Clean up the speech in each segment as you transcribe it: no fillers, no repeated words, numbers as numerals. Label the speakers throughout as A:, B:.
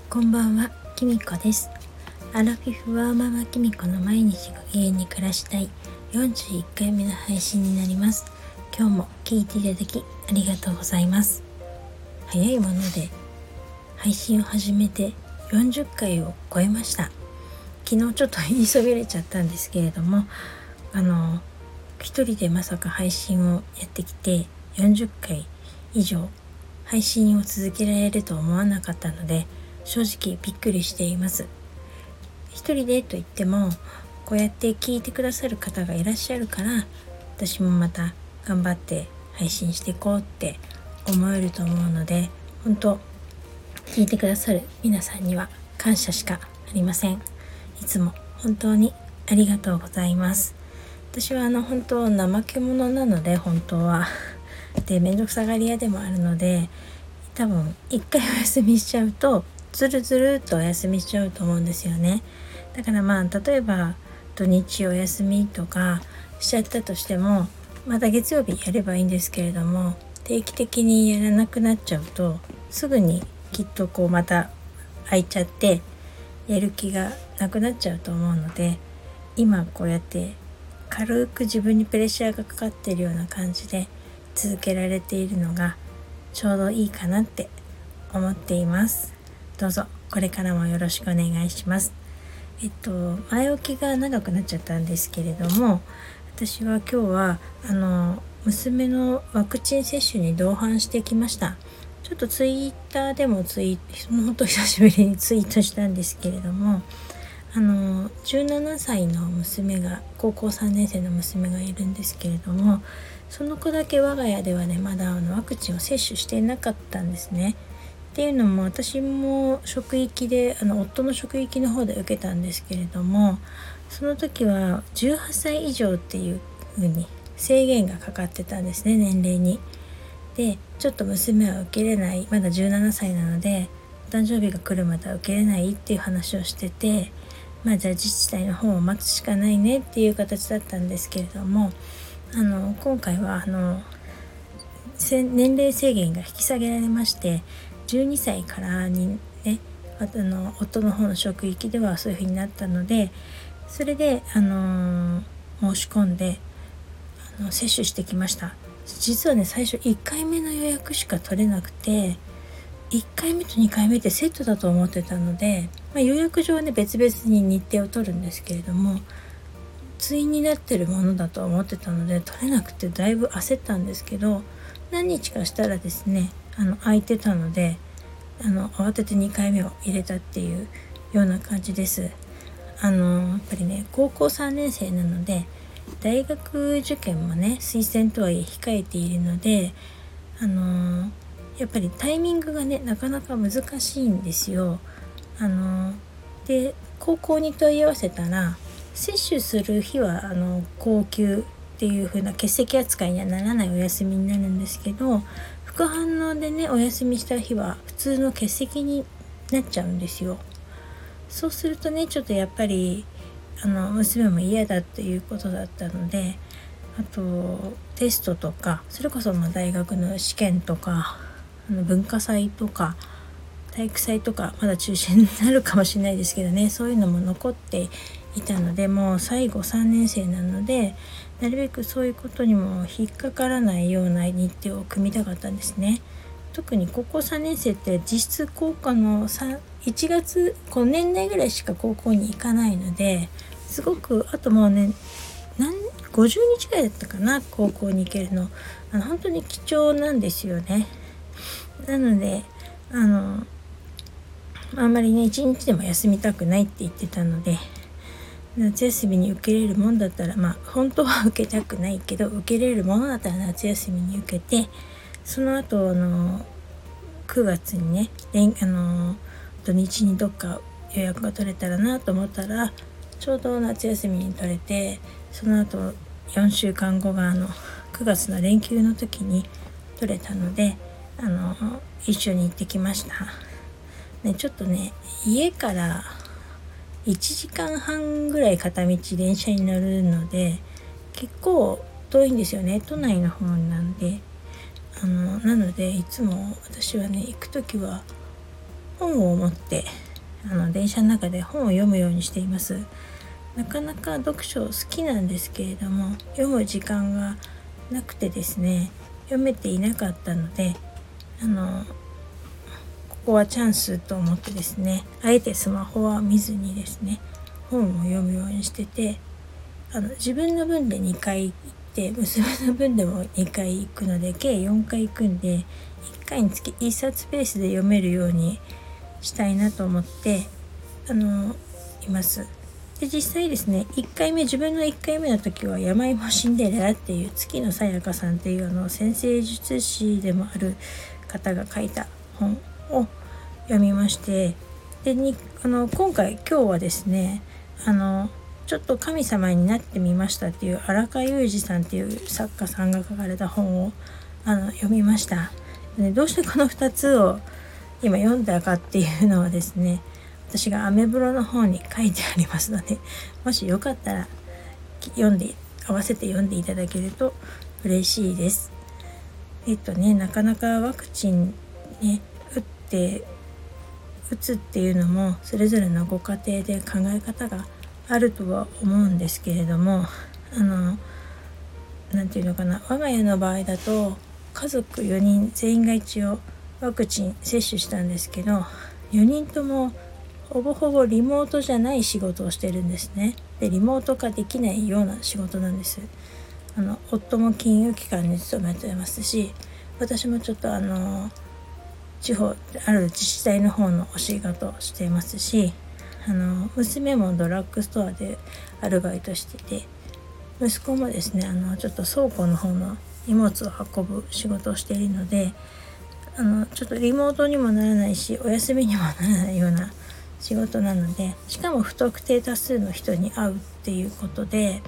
A: こんばんは、きみこです。アラフィフワーママきみこの毎日ご機嫌に暮らしたい41回目の配信になります。今日も聞いていただきありがとうございます。早いもので配信を始めて40回を超えました。昨日ちょっと言いそびれちゃったんですけれども、一人でまさか配信をやってきて40回以上配信を続けられると思わなかったので、正直びっくりしています。一人でと言ってもこうやって聞いてくださる方がいらっしゃるから、私もまた頑張って配信していこうって思えると思うので、本当聞いてくださる皆さんには感謝しかありません。いつも本当にありがとうございます。私は本当怠け者なので、本当はで面倒くさがり屋でもあるので、多分一回お休みしちゃうとずるずるっとお休みしちゃうと思うんですよね。だから例えば土日お休みとかしちゃったとしても、また月曜日やればいいんですけれども、定期的にやらなくなっちゃうとすぐにきっとまた空いちゃってやる気がなくなっちゃうと思うので、今こうやって軽く自分にプレッシャーがかかっているような感じで続けられているのがちょうどいいかなって思っています。どうぞこれからもよろしくお願いします。前置きが長くなっちゃったんですけれども、私は今日は娘のワクチン接種に同伴してきました。ちょっとツイッターでも本当久しぶりにツイートしたんですけれども、17歳の娘が高校3年生の娘がいるんですけれども、その子だけ我が家ではねまだワクチンを接種していなかったんですね。っていうのも、私も職域で夫の職域の方で受けたんですけれども、その時は18歳以上っていう風に制限がかかってたんですね、年齢に。でちょっと娘は受けれない、まだ17歳なのでお誕生日が来るまでは受けれないっていう話をしてて、じゃあ自治体の方を待つしかないねっていう形だったんですけれども、今回は年齢制限が引き下げられまして、12歳からにね、夫の方の職域ではそういう風になったので、それで申し込んで接種してきました。実はね、最初1回目の予約しか取れなくて、1回目と2回目ってセットだと思ってたので、予約上はね別々に日程を取るんですけれども、対になってるものだと思ってたので取れなくてだいぶ焦ったんですけど、何日かしたらですね空いてたので慌てて2回目を入れたっていうような感じです。やっぱりね高校3年生なので大学受験もね推薦とはいえ控えているので、やっぱりタイミングがねなかなか難しいんですよ。で高校に問い合わせたら、接種する日は高級っていう風な欠席扱いにはならないお休みになるんですけど、副反応でねお休みした日は普通の欠席になっちゃうんですよ。そうするとねちょっとやっぱり娘も嫌だっていうことだったので、あとテストとか、それこそ大学の試験とか文化祭とか体育祭とかまだ中止になるかもしれないですけどね、そういうのも残っていたので、もう最後3年生なのでなるべくそういうことにも引っかからないような日程を組みたかったんですね。特に高校3年生って実質高校の1月年内ぐらいしか高校に行かないので、すごくあともうね50日ぐらいだったかな、高校に行けるの本当に貴重なんですよね。なのであんまりね一日でも休みたくないって言ってたので、夏休みに受けれるもんだったら本当は受けたくないけど受けれるものだったら夏休みに受けて、その後9月にね土日にどっか予約が取れたらなと思ったら、ちょうど夏休みに取れて、その後4週間後が9月の連休の時に取れたので一緒に行ってきました。ちょっとね家から1時間半ぐらい片道電車に乗るので結構遠いんですよね、都内の方なんで。なのでいつも私はね行く時は本を持って電車の中で本を読むようにしています。なかなか読書好きなんですけれども、読む時間がなくてですね、読めていなかったので、ここはチャンスと思ってですね、あえてスマホは見ずにですね、本を読むようにしてて、自分の分で2回行って娘の分でも2回行くので計4回行くんで、1回につき1冊ペースで読めるようにしたいなと思っています。で実際ですね、自分の1回目の時は山芋シンデレラっていう月野さやかさんっていう先生術師でもある方が書いた本を読みまして、で今日はですね、ちょっと神様になってみましたっていう荒川裕二さんっていう作家さんが書かれた本を読みました。でどうしてこの2つを今読んだかっていうのはですね、私がアメブロの方に書いてありますので、もしよかったら合わせて読んでいただけると嬉しいです。なかなかワクチンね打つっていうのもそれぞれのご家庭で考え方があるとは思うんですけれども、なんていうのかな、我が家の場合だと家族4人全員が一応ワクチン接種したんですけど、4人ともほぼほぼリモートじゃない仕事をしてるんですね。でリモート化できないような仕事なんです。夫も金融機関に勤めてますし、私もちょっと地方ある自治体の方のお仕事をしていますし、娘もドラッグストアでアルバイトしてて、息子もですねちょっと倉庫の方の荷物を運ぶ仕事をしているので、ちょっとリモートにもならないしお休みにもならないような仕事なので、しかも不特定多数の人に会うっていうことで、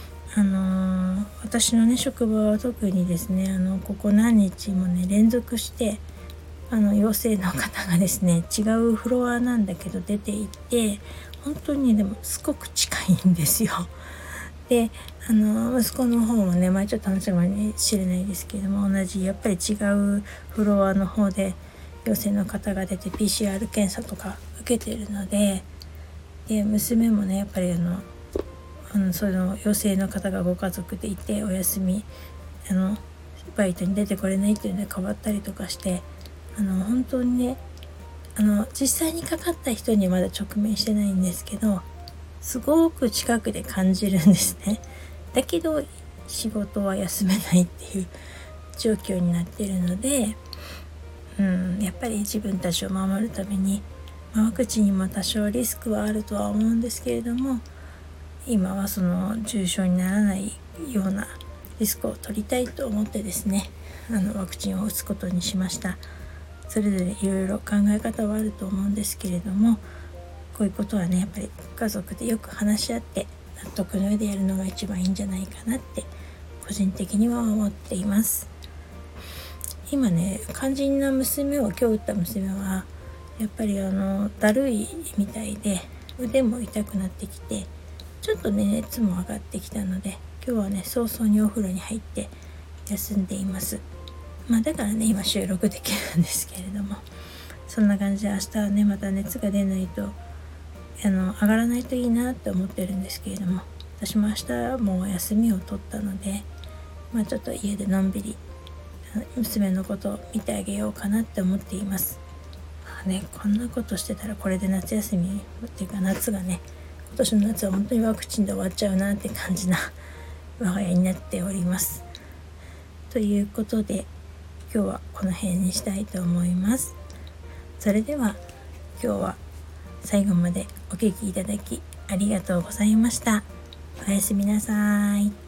A: 私のね職場は特にですねここ何日もね連続して陽性の方がですね違うフロアなんだけど出ていて、本当にでもすごく近いんですよ。で息子の方もねちょっと話したかもしれないですけれども、同じやっぱり違うフロアの方で陽性の方が出て PCR 検査とか受けてるので、娘もねやっぱりその陽性の方がご家族でいてお休みバイトに出てこれないっていうので変わったりとかして、本当にね実際にかかった人にまだ直面してないんですけど、すごく近くで感じるんですね。だけど仕事は休めないっていう状況になっているので、やっぱり自分たちを守るために、ワクチンにも多少リスクはあるとは思うんですけれども、今はその重症にならないようなリスクを取りたいと思ってですねワクチンを打つことにしました。それぞれいろいろ考え方はあると思うんですけれども、こういうことはねやっぱり家族でよく話し合って納得の上でやるのが一番いいんじゃないかなって個人的には思っています。今ね肝心な今日打った娘はやっぱりだるいみたいで腕も痛くなってきて、ちょっとね熱も上がってきたので今日はね早々にお風呂に入って休んでいます。だからね今収録できるんですけれども、そんな感じで明日はねまた熱が出ないと上がらないといいなって思ってるんですけれども、私も明日もう休みを取ったのでちょっと家でのんびり娘のことを見てあげようかなって思っています。こんなことしてたらこれで夏休みっていうか夏がね、今年の夏は本当にワクチンで終わっちゃうなって感じな我が家になっております。ということで今日はこの辺にしたいと思います。それでは今日は最後までお聞きいただきありがとうございました。おやすみなさい。